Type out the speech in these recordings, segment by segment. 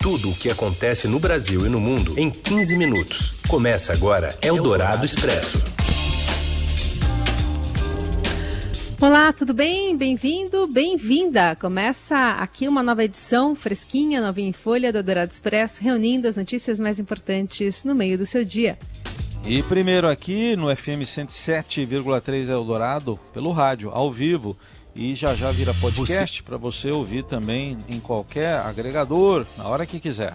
Tudo o que acontece no Brasil e no mundo em 15 minutos. Começa agora Eldorado Expresso. Olá, tudo bem? Bem-vindo, bem-vinda! Começa aqui uma nova edição, fresquinha, novinha em folha do Eldorado Expresso, reunindo as notícias mais importantes no meio do seu dia. E primeiro aqui no FM 107,3 Eldorado, pelo rádio, ao vivo. E já vira podcast para você ouvir também em qualquer agregador, na hora que quiser.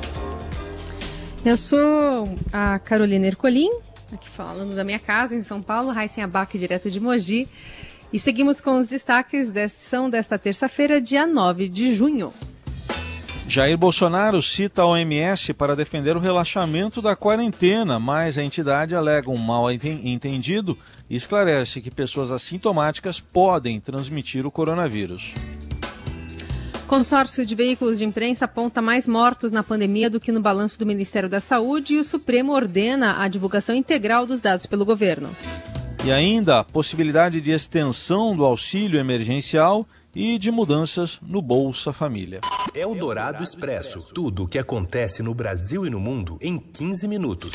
Eu sou a Carolina Ercolim, aqui falando da minha casa em São Paulo, Raíssen Abac, direto de Mogi. E seguimos com os destaques da edição desta terça-feira, dia 9 de junho. Jair Bolsonaro cita a OMS para defender o relaxamento da quarentena, mas a entidade alega um mal entendido e esclarece que pessoas assintomáticas podem transmitir o coronavírus. Consórcio de veículos de imprensa aponta mais mortos na pandemia do que no balanço do Ministério da Saúde e o Supremo ordena a divulgação integral dos dados pelo governo. E ainda a possibilidade de extensão do auxílio emergencial e de mudanças no Bolsa Família. Eldorado Expresso. Tudo o que acontece no Brasil e no mundo em 15 minutos.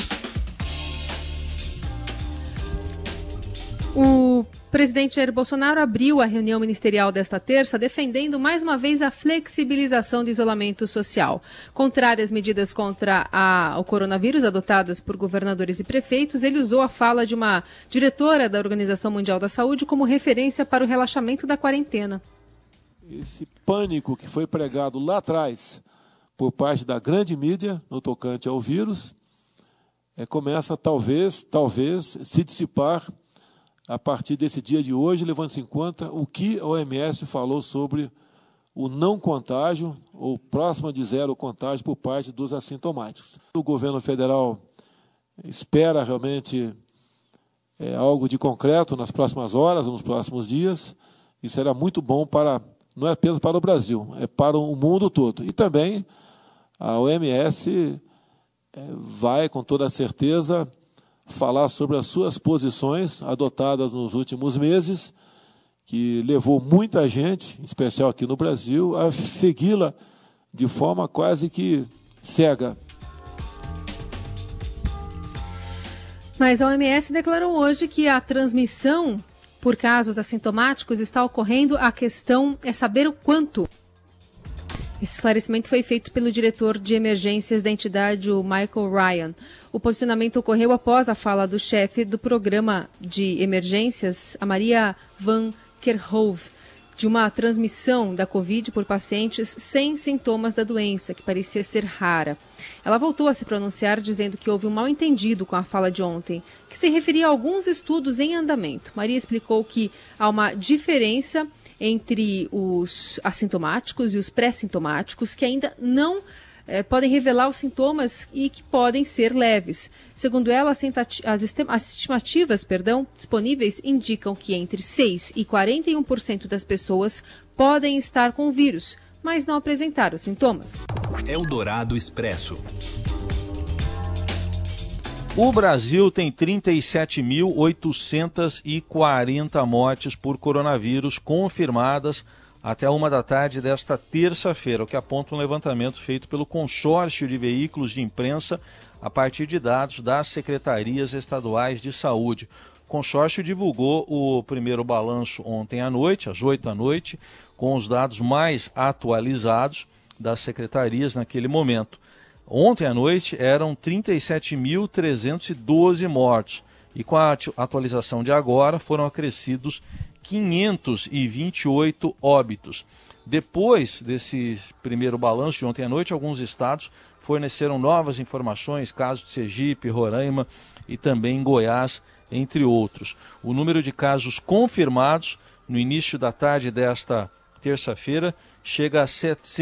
O presidente Jair Bolsonaro abriu a reunião ministerial desta terça defendendo mais uma vez a flexibilização do isolamento social. Contrárias às medidas contra o coronavírus adotadas por governadores e prefeitos, ele usou a fala de uma diretora da Organização Mundial da Saúde como referência para o relaxamento da quarentena. Esse pânico que foi pregado lá atrás por parte da grande mídia no tocante ao vírus começa talvez se dissipar a partir desse dia de hoje, levando-se em conta o que a OMS falou sobre o não contágio ou próximo de zero contágio por parte dos assintomáticos. O governo federal espera realmente algo de concreto nas próximas horas, nos próximos dias, e será muito bom não é apenas para o Brasil, é para o mundo todo. E também a OMS vai, com toda certeza, falar sobre as suas posições adotadas nos últimos meses, que levou muita gente, em especial aqui no Brasil, a segui-la de forma quase que cega. Mas a OMS declarou hoje que a transmissão por casos assintomáticos está ocorrendo, a questão é saber o quanto. Esse esclarecimento foi feito pelo diretor de emergências da entidade, o Michael Ryan. O posicionamento ocorreu após a fala do chefe do programa de emergências, a Maria Van Kerkhove, de uma transmissão da Covid por pacientes sem sintomas da doença, que parecia ser rara. Ela voltou a se pronunciar dizendo que houve um mal-entendido com a fala de ontem, que se referia a alguns estudos em andamento. Maria explicou que há uma diferença entre os assintomáticos e os pré-sintomáticos, que ainda não podem revelar os sintomas e que podem ser leves. Segundo ela, as estimativas disponíveis indicam que entre 6% e 41% das pessoas podem estar com o vírus, mas não apresentar os sintomas. Eldorado Expresso. O Brasil tem 37.840 mortes por coronavírus confirmadas até 13h desta terça-feira, o que aponta um levantamento feito pelo consórcio de veículos de imprensa a partir de dados das secretarias estaduais de saúde. O consórcio divulgou o primeiro balanço ontem à noite, às 20h, com os dados mais atualizados das secretarias naquele momento. Ontem à noite eram 37.312 mortos e com a atualização de agora foram acrescidos 528 óbitos. Depois desse primeiro balanço de ontem à noite, alguns estados forneceram novas informações, casos de Sergipe, Roraima e também Goiás, entre outros. O número de casos confirmados no início da tarde desta terça-feira chega a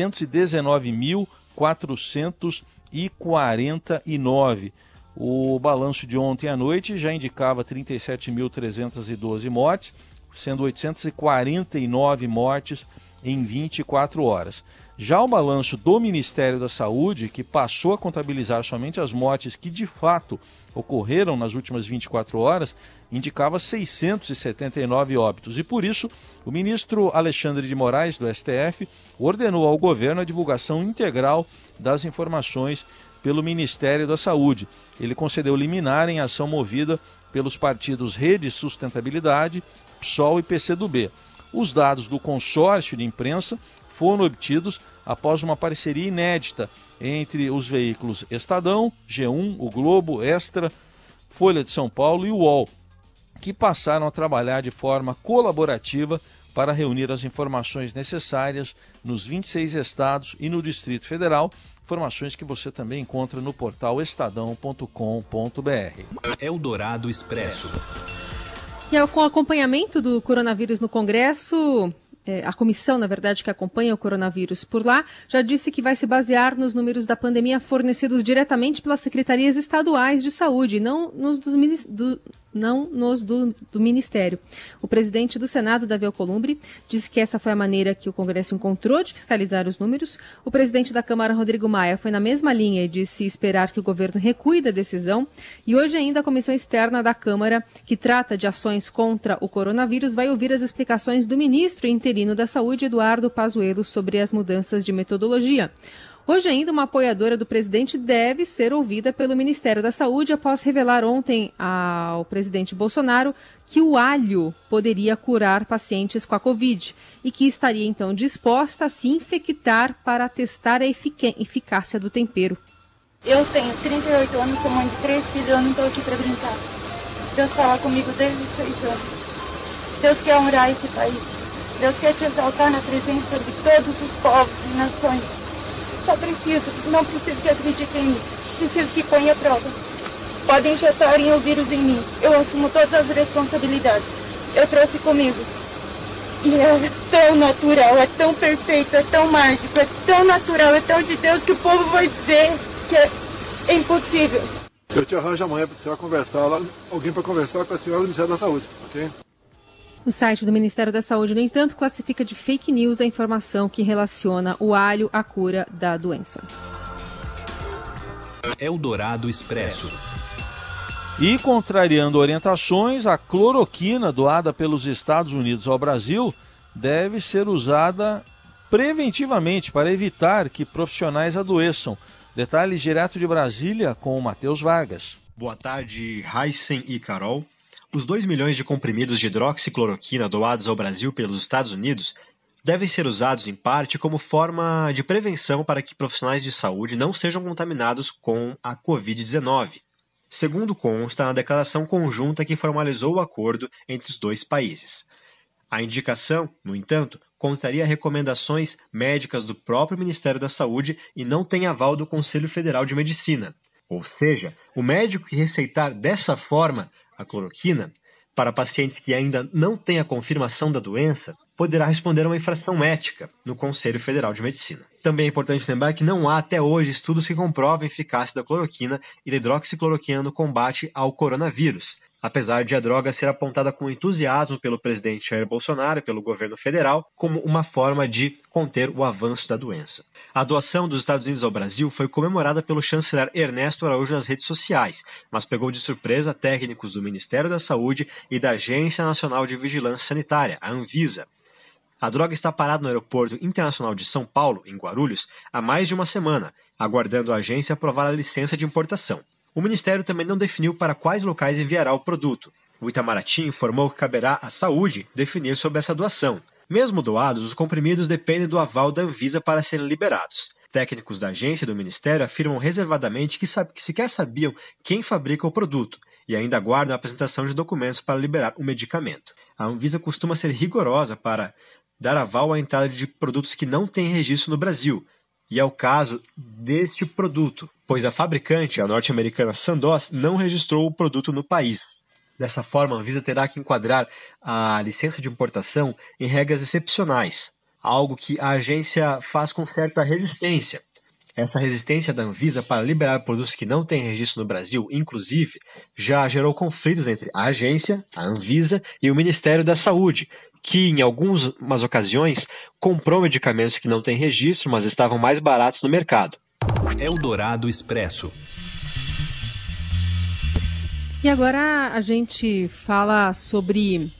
719.449. O balanço de ontem à noite já indicava 37.312 mortes, sendo 849 mortes em 24 horas. Já o balanço do Ministério da Saúde, que passou a contabilizar somente as mortes que de fato ocorreram nas últimas 24 horas, indicava 679 óbitos. E por isso, o ministro Alexandre de Moraes, do STF, ordenou ao governo a divulgação integral das informações pelo Ministério da Saúde. Ele concedeu liminar em ação movida pelos partidos Rede Sustentabilidade, PSOL e PCdoB. Os dados do consórcio de imprensa foram obtidos após uma parceria inédita entre os veículos Estadão, G1, O Globo, Extra, Folha de São Paulo e o UOL, que passaram a trabalhar de forma colaborativa para reunir as informações necessárias nos 26 estados e no Distrito Federal, informações que você também encontra no portal estadão.com.br. Eldorado Expresso. E com o acompanhamento do coronavírus no Congresso, a comissão, na verdade, que acompanha o coronavírus por lá, já disse que vai se basear nos números da pandemia fornecidos diretamente pelas secretarias estaduais de saúde, não nos do Ministério. O presidente do Senado, Davi Alcolumbre, disse que essa foi a maneira que o Congresso encontrou de fiscalizar os números. O presidente da Câmara, Rodrigo Maia, foi na mesma linha e disse esperar que o governo recue da decisão. E hoje ainda a comissão externa da Câmara, que trata de ações contra o coronavírus, vai ouvir as explicações do ministro interino da Saúde, Eduardo Pazuello, sobre as mudanças de metodologia. Hoje ainda, uma apoiadora do presidente deve ser ouvida pelo Ministério da Saúde após revelar ontem ao presidente Bolsonaro que o alho poderia curar pacientes com a Covid e que estaria, então, disposta a se infectar para testar a eficácia do tempero. Eu tenho 38 anos, sou mãe de 3 filhos, eu não estou aqui para brincar. Deus fala comigo desde os 6 anos. Deus quer honrar esse país. Deus quer te exaltar na presença de todos os povos e nações. Só não preciso que acreditem em mim, preciso que ponha a prova. Podem injetarem o vírus em mim, eu assumo todas as responsabilidades. Eu trouxe comigo. E é tão natural, é tão perfeito, é tão mágico, é tão natural, é tão de Deus que o povo vai dizer que é impossível. Eu te arranjo amanhã para você conversar lá, alguém para conversar com a senhora do Ministério da Saúde, ok? O site do Ministério da Saúde, no entanto, classifica de fake news a informação que relaciona o alho à cura da doença. Eldorado Expresso. E, contrariando orientações, a cloroquina doada pelos Estados Unidos ao Brasil deve ser usada preventivamente para evitar que profissionais adoeçam. Detalhes direto de Brasília com o Matheus Vargas. Boa tarde, Heisen e Carol. Os 2 milhões de comprimidos de hidroxicloroquina doados ao Brasil pelos Estados Unidos devem ser usados, em parte, como forma de prevenção para que profissionais de saúde não sejam contaminados com a Covid-19. Segundo consta na declaração conjunta que formalizou o acordo entre os dois países. A indicação, no entanto, constaria recomendações médicas do próprio Ministério da Saúde e não tem aval do Conselho Federal de Medicina. Ou seja, o médico que receitar dessa forma a cloroquina para pacientes que ainda não têm a confirmação da doença poderá responder a uma infração ética no Conselho Federal de Medicina. Também é importante lembrar que não há até hoje estudos que comprovem a eficácia da cloroquina e da hidroxicloroquina no combate ao coronavírus, apesar de a droga ser apontada com entusiasmo pelo presidente Jair Bolsonaro e pelo governo federal como uma forma de conter o avanço da doença. A doação dos Estados Unidos ao Brasil foi comemorada pelo chanceler Ernesto Araújo nas redes sociais, mas pegou de surpresa técnicos do Ministério da Saúde e da Agência Nacional de Vigilância Sanitária, a Anvisa. A droga está parada no Aeroporto Internacional de São Paulo, em Guarulhos, há mais de uma semana, aguardando a agência aprovar a licença de importação. O Ministério também não definiu para quais locais enviará o produto. O Itamaraty informou que caberá à saúde definir sobre essa doação. Mesmo doados, os comprimidos dependem do aval da Anvisa para serem liberados. Técnicos da agência e do Ministério afirmam reservadamente que sequer sabiam quem fabrica o produto e ainda aguardam a apresentação de documentos para liberar o medicamento. A Anvisa costuma ser rigorosa para dar aval à entrada de produtos que não têm registro no Brasil, e é o caso deste produto, pois a fabricante, a norte-americana Sandoz, não registrou o produto no país. Dessa forma, a Anvisa terá que enquadrar a licença de importação em regras excepcionais, algo que a agência faz com certa resistência. Essa resistência da Anvisa para liberar produtos que não têm registro no Brasil, inclusive, já gerou conflitos entre a agência, a Anvisa e o Ministério da Saúde, que em algumas ocasiões comprou medicamentos que não têm registro, mas estavam mais baratos no mercado. Eldorado Expresso. E agora a gente fala sobre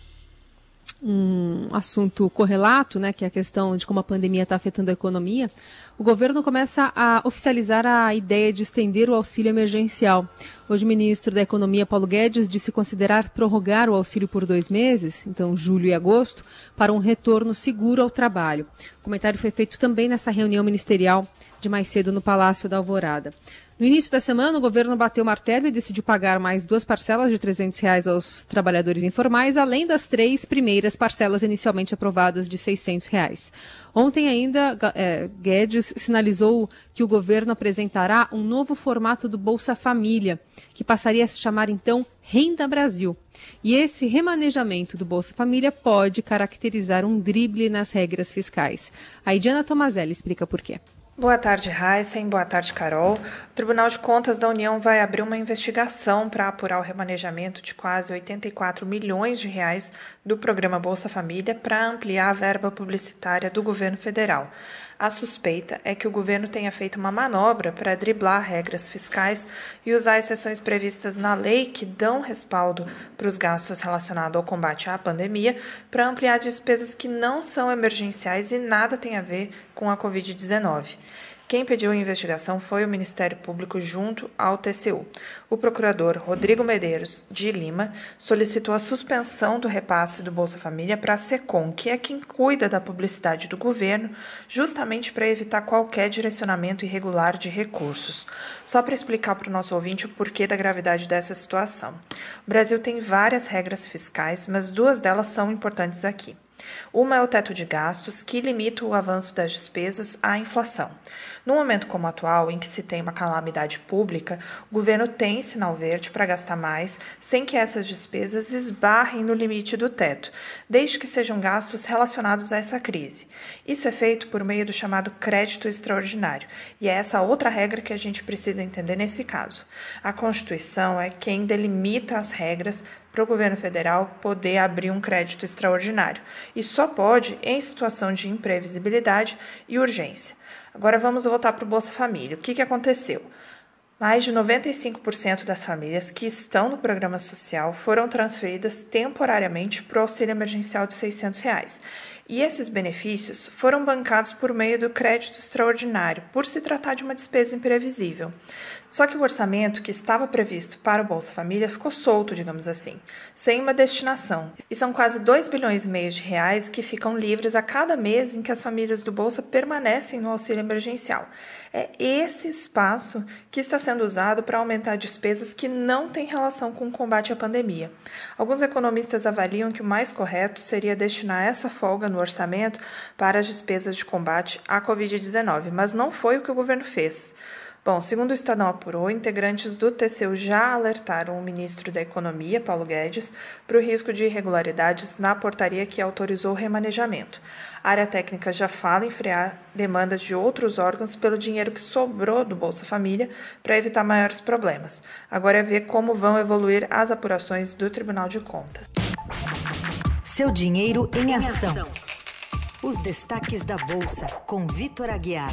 um assunto correlato, né, que é a questão de como a pandemia está afetando a economia. O governo começa a oficializar a ideia de estender o auxílio emergencial. Hoje o ministro da Economia, Paulo Guedes, disse considerar prorrogar o auxílio por 2 meses, então julho e agosto, para um retorno seguro ao trabalho. O comentário foi feito também nessa reunião ministerial de mais cedo no Palácio da Alvorada. No início da semana, o governo bateu o martelo e decidiu pagar mais 2 parcelas de R$ 300 aos trabalhadores informais, além das 3 primeiras parcelas inicialmente aprovadas de R$ 600. Ontem ainda, Guedes sinalizou que o governo apresentará um novo formato do Bolsa Família, que passaria a se chamar, então, Renda Brasil. E esse remanejamento do Bolsa Família pode caracterizar um drible nas regras fiscais. A Diana Tomazelli explica por quê. Boa tarde, Heisen. Boa tarde, Carol. O Tribunal de Contas da União vai abrir uma investigação para apurar o remanejamento de quase 84 milhões de reais do programa Bolsa Família para ampliar a verba publicitária do governo federal. A suspeita é que o governo tenha feito uma manobra para driblar regras fiscais e usar exceções previstas na lei que dão respaldo para os gastos relacionados ao combate à pandemia para ampliar despesas que não são emergenciais e nada tem a ver com a Covid-19. Quem pediu a investigação foi o Ministério Público junto ao TCU. O procurador Rodrigo Medeiros de Lima solicitou a suspensão do repasse do Bolsa Família para a SECOM, que é quem cuida da publicidade do governo, justamente para evitar qualquer direcionamento irregular de recursos. Só para explicar para o nosso ouvinte o porquê da gravidade dessa situação. O Brasil tem várias regras fiscais, mas 2 delas são importantes aqui. Uma é o teto de gastos, que limita o avanço das despesas à inflação. Num momento como o atual, em que se tem uma calamidade pública, o governo tem sinal verde para gastar mais, sem que essas despesas esbarrem no limite do teto, desde que sejam gastos relacionados a essa crise. Isso é feito por meio do chamado crédito extraordinário, e é essa outra regra que a gente precisa entender nesse caso. A Constituição é quem delimita as regras para o governo federal poder abrir um crédito extraordinário. E só pode em situação de imprevisibilidade e urgência. Agora vamos voltar para o Bolsa Família. O que aconteceu? Mais de 95% das famílias que estão no programa social foram transferidas temporariamente para o auxílio emergencial de R$ 600. E esses benefícios foram bancados por meio do crédito extraordinário, por se tratar de uma despesa imprevisível. Só que o orçamento que estava previsto para o Bolsa Família ficou solto, digamos assim, sem uma destinação. E são quase 2,5 bilhões de reais que ficam livres a cada mês em que as famílias do Bolsa permanecem no auxílio emergencial. É esse espaço que está sendo usado para aumentar despesas que não têm relação com o combate à pandemia. Alguns economistas avaliam que o mais correto seria destinar essa folga no orçamento para as despesas de combate à Covid-19, mas não foi o que o governo fez. Bom, segundo o Estadão apurou, integrantes do TCU já alertaram o ministro da Economia, Paulo Guedes, para o risco de irregularidades na portaria que autorizou o remanejamento. A área técnica já fala em frear demandas de outros órgãos pelo dinheiro que sobrou do Bolsa Família para evitar maiores problemas. Agora é ver como vão evoluir as apurações do Tribunal de Contas. Seu dinheiro em ação. Os destaques da Bolsa, com Vitor Aguiar.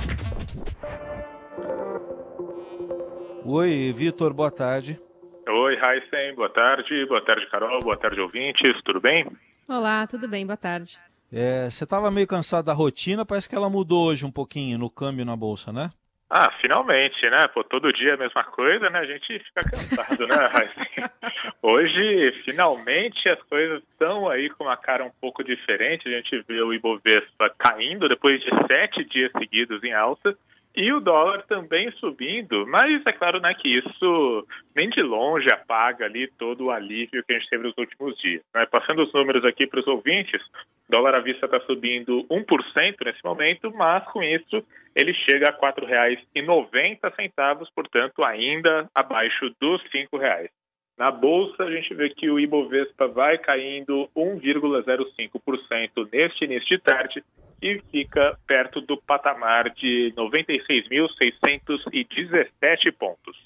Oi, Vitor, boa tarde. Oi, Heisen, boa tarde. Boa tarde, Carol. Boa tarde, ouvintes. Tudo bem? Olá, tudo bem? Boa tarde. Você estava meio cansado da rotina, parece que ela mudou hoje um pouquinho no câmbio na Bolsa, né? Ah, finalmente, né? Pô, todo dia a mesma coisa, né? A gente fica cansado, né, Heisen? Hoje, finalmente, as coisas estão aí com uma cara um pouco diferente. A gente vê o Ibovespa caindo depois de 7 dias seguidos em alta. E o dólar também subindo, mas é claro, né, que isso nem de longe apaga ali todo o alívio que a gente teve nos últimos dias, né? Passando os números aqui para os ouvintes, o dólar à vista está subindo 1% nesse momento, mas com isso ele chega a R$ 4,90, portanto ainda abaixo dos R$ 5. Na Bolsa, a gente vê que o Ibovespa vai caindo 1,05% neste início de tarde, e fica perto do patamar de 96.617 pontos.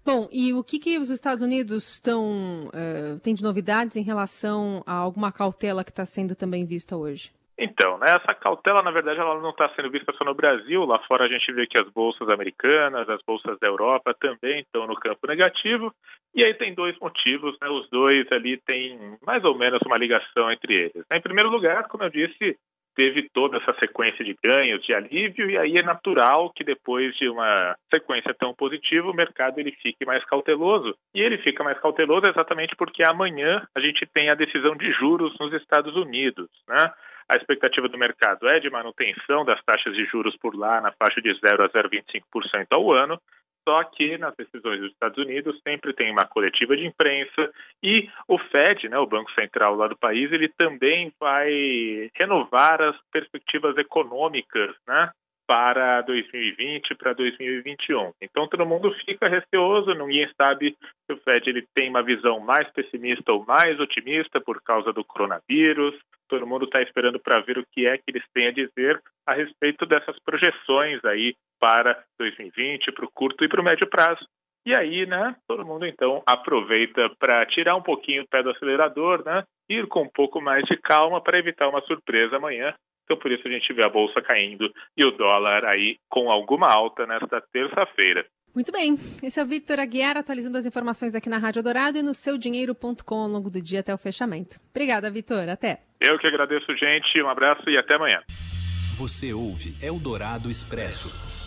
Bom, e o que os Estados Unidos têm de novidades em relação a alguma cautela que está sendo também vista hoje? Então, né, essa cautela, na verdade, ela não está sendo vista só no Brasil. Lá fora a gente vê que as bolsas americanas, as bolsas da Europa também estão no campo negativo. E aí tem dois motivos, né? Os dois ali têm mais ou menos uma ligação entre eles. Em primeiro lugar, como eu disse, teve toda essa sequência de ganhos, de alívio, e aí é natural que depois de uma sequência tão positiva, o mercado ele fique mais cauteloso. E ele fica mais cauteloso exatamente porque amanhã a gente tem a decisão de juros nos Estados Unidos, né? A expectativa do mercado é de manutenção das taxas de juros por lá na faixa de 0 a 0,25% ao ano, só que nas decisões dos Estados Unidos sempre tem uma coletiva de imprensa e o Fed, né, o Banco Central lá do país, ele também vai renovar as perspectivas econômicas, né, para 2020 para 2021. Então todo mundo fica receoso, ninguém sabe se o Fed ele tem uma visão mais pessimista ou mais otimista por causa do coronavírus. Todo mundo está esperando para ver o que é que eles têm a dizer a respeito dessas projeções aí para 2020, para o curto e para o médio prazo. E aí, né, todo mundo então aproveita para tirar um pouquinho o pé do acelerador, né, ir com um pouco mais de calma para evitar uma surpresa amanhã. Então, por isso a gente vê a bolsa caindo e o dólar aí com alguma alta nesta terça-feira. Muito bem. Esse é o Victor Aguiar atualizando as informações aqui na Rádio Dourado e no seudinheiro.com ao longo do dia até o fechamento. Obrigada, Victor. Até. Eu que agradeço, gente. Um abraço e até amanhã. Você ouve Eldorado Expresso.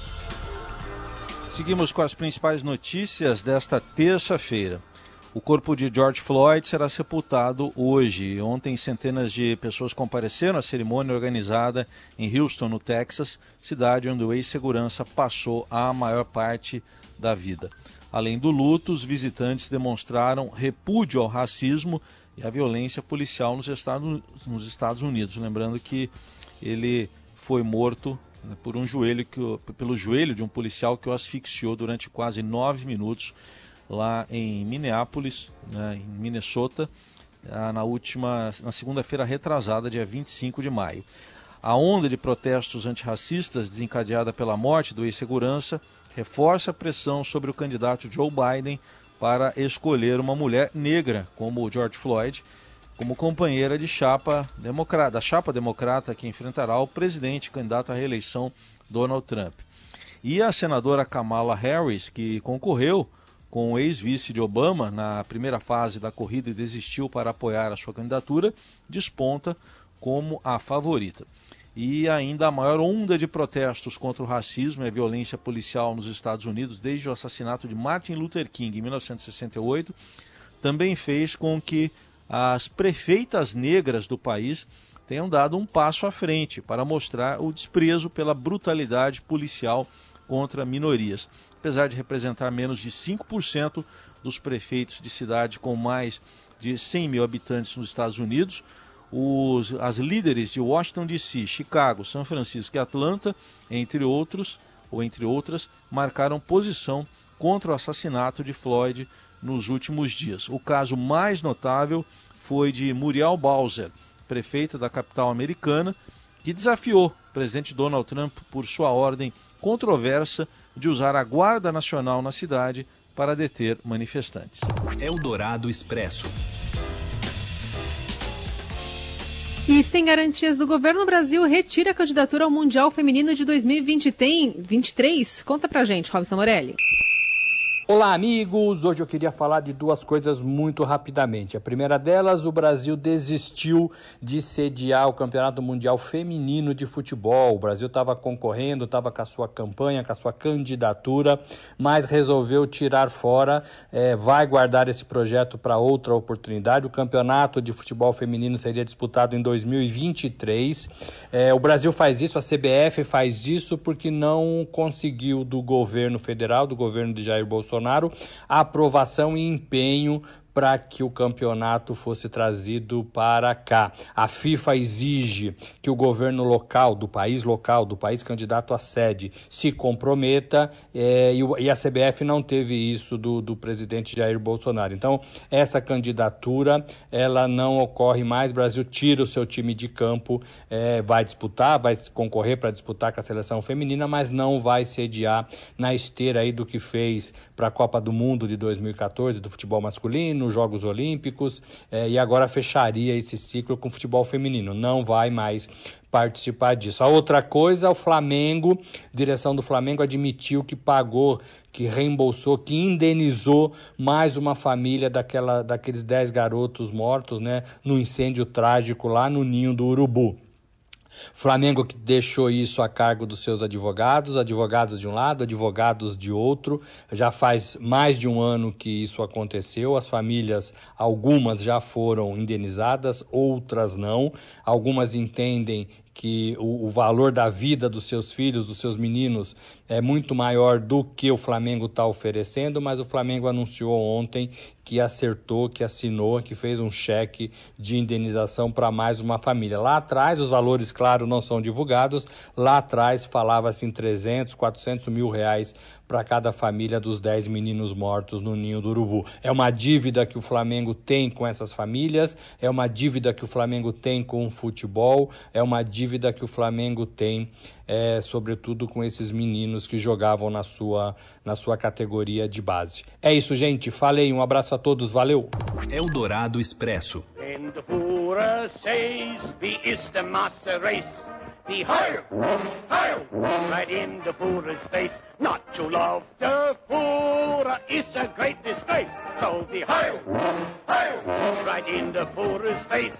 Seguimos com as principais notícias desta terça-feira. O corpo de George Floyd será sepultado hoje. Ontem, centenas de pessoas compareceram à cerimônia organizada em Houston, no Texas, cidade onde o ex-segurança passou a maior parte da vida. Além do luto, os visitantes demonstraram repúdio ao racismo e à violência policial nos Estados Unidos. Lembrando que ele foi morto por pelo joelho de um policial que o asfixiou durante quase 9 minutos lá em Minneapolis, né, em Minnesota, na segunda-feira retrasada, dia 25 de maio. A onda de protestos antirracistas desencadeada pela morte do ex-segurança reforça a pressão sobre o candidato Joe Biden para escolher uma mulher negra, como o George Floyd, como companheira de da chapa democrata que enfrentará o presidente candidato à reeleição Donald Trump. E a senadora Kamala Harris, que concorreu com o ex-vice de Obama na primeira fase da corrida e desistiu para apoiar a sua candidatura, desponta como a favorita. E ainda a maior onda de protestos contra o racismo e a violência policial nos Estados Unidos desde o assassinato de Martin Luther King em 1968 também fez com que as prefeitas negras do país tenham dado um passo à frente para mostrar o desprezo pela brutalidade policial contra minorias. Apesar de representar menos de 5% dos prefeitos de cidade com mais de 100 mil habitantes nos Estados Unidos, as líderes de Washington D.C., Chicago, São Francisco e Atlanta, entre outras, marcaram posição contra o assassinato de Floyd nos últimos dias. O caso mais notável foi de Muriel Bowser, prefeita da capital americana, que desafiou o presidente Donald Trump por sua ordem controversa de usar a Guarda Nacional na cidade para deter manifestantes. Eldorado Expresso. E sem garantias do governo, o Brasil retira a candidatura ao Mundial Feminino de 2023. Conta pra gente, Robson Morelli. Olá, amigos! Hoje eu queria falar de duas coisas muito rapidamente. A primeira delas, o Brasil desistiu de sediar o Campeonato Mundial Feminino de Futebol. O Brasil estava concorrendo, estava com a sua campanha, com a sua candidatura, mas resolveu tirar fora, vai guardar esse projeto para outra oportunidade. O Campeonato de Futebol Feminino seria disputado em 2023. O Brasil faz isso, a CBF faz isso porque não conseguiu do governo federal, do governo de Jair Bolsonaro, a aprovação e empenho para que o campeonato fosse trazido para cá. A FIFA exige que o governo local, do país candidato à sede, se comprometa, e a CBF não teve isso do presidente Jair Bolsonaro. Então, essa candidatura, ela não ocorre mais. O Brasil tira o seu time de campo, vai concorrer para disputar com a seleção feminina, mas não vai sediar na esteira aí do que fez para a Copa do Mundo de 2014, do futebol masculino, Jogos Olímpicos, e agora fecharia esse ciclo com o futebol feminino. Não vai mais participar disso. A outra coisa, o Flamengo, direção do Flamengo admitiu que pagou, que reembolsou, que indenizou mais uma família daqueles 10 garotos mortos, né, no incêndio trágico lá no Ninho do Urubu. Flamengo que deixou isso a cargo dos seus advogados de um lado, advogados de outro. Já faz mais de um ano que isso aconteceu. As famílias, algumas já foram indenizadas, outras não. Algumas entendem que o valor da vida dos seus filhos, dos seus meninos, é muito maior do que o Flamengo está oferecendo, mas o Flamengo anunciou ontem que acertou, que assinou, que fez um cheque de indenização para mais uma família. Lá atrás, os valores, claro, não são divulgados, lá atrás falava-se em 300, 400 mil reais para cada família dos 10 meninos mortos no Ninho do Urubu. É uma dívida que o Flamengo tem com essas famílias, é uma dívida que o Flamengo tem com o futebol, é uma dívida que o Flamengo tem, sobretudo com esses meninos que jogavam na sua categoria de base. É isso, gente. Falei. Um abraço a todos. Valeu. Eldorado Expresso. The higher, higher, right in the Führer's face. Not to love the Führer is a great disgrace. So the higher, higher, right in the Führer's face.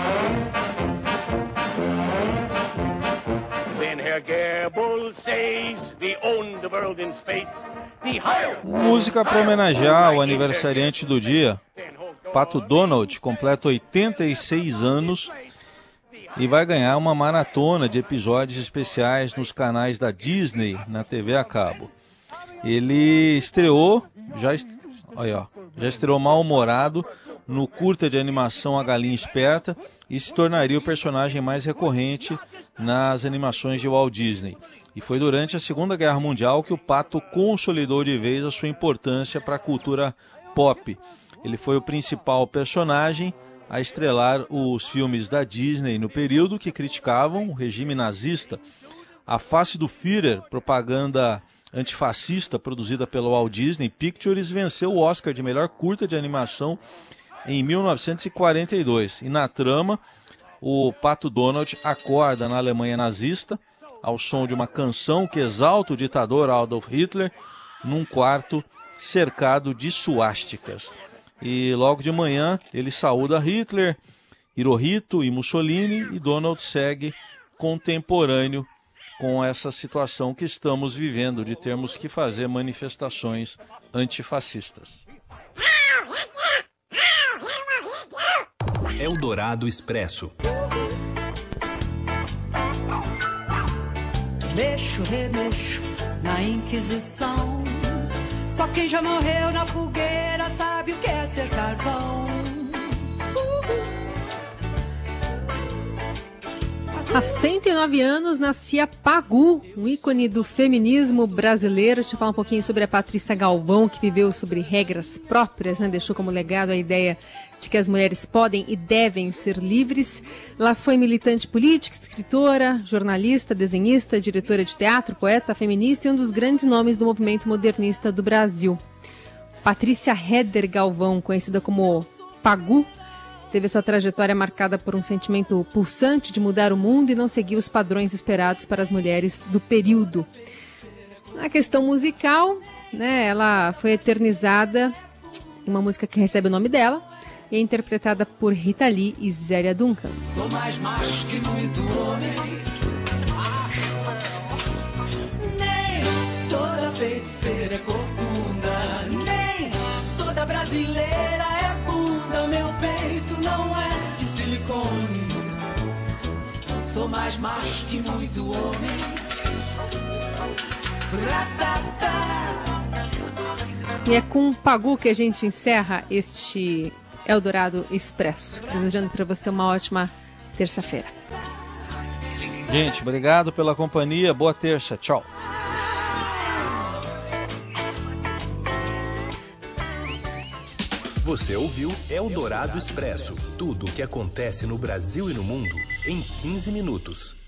When Herr Goebbels says we own the world in space. The higher. Música para homenagear o aniversariante do dia. Pato Donald completa 86 anos e vai ganhar uma maratona de episódios especiais nos canais da Disney, na TV a cabo. Ele estreou, já estreou mal-humorado no curta de animação A Galinha Esperta e se tornaria o personagem mais recorrente nas animações de Walt Disney. E foi durante a Segunda Guerra Mundial que o Pato consolidou de vez a sua importância para a cultura pop. Ele foi o principal personagem a estrelar os filmes da Disney no período que criticavam o regime nazista. A Face do Führer, propaganda antifascista produzida pela Walt Disney Pictures, venceu o Oscar de melhor curta de animação em 1942. E na trama, o Pato Donald acorda na Alemanha nazista ao som de uma canção que exalta o ditador Adolf Hitler num quarto cercado de suásticas. E logo de manhã ele saúda Hitler, Hirohito e Mussolini, e Donald segue contemporâneo com essa situação que estamos vivendo de termos que fazer manifestações antifascistas. Eldorado Expresso. Mexo, remexo na Inquisição. Só quem já morreu na fogueira sabe o que é ser carvão. Há 109 anos nascia Pagu, um ícone do feminismo brasileiro. Deixa eu falar um pouquinho sobre a Patrícia Galvão, que viveu sobre regras próprias, né? Deixou como legado a ideia de que as mulheres podem e devem ser livres. Ela foi militante política, escritora, jornalista, desenhista, diretora de teatro, poeta, feminista e um dos grandes nomes do movimento modernista do Brasil. Patrícia Heder Galvão, conhecida como Pagu, teve sua trajetória marcada por um sentimento pulsante de mudar o mundo e não seguir os padrões esperados para as mulheres do período. Na questão musical, né, ela foi eternizada em uma música que recebe o nome dela, e é interpretada por Rita Lee e Zélia Duncan. Sou mais macho que muito homem. Nem toda feiticeira é corcunda, nem toda brasileira é bunda. Meu peito não é de silicone. Sou mais macho que muito homem. Ratatá. E é com um Pagu que a gente encerra este Eldorado Expresso. Desejando para você uma ótima terça-feira. Gente, obrigado pela companhia. Boa terça. Tchau. Você ouviu Eldorado Expresso. Tudo o que acontece no Brasil e no mundo em 15 minutos.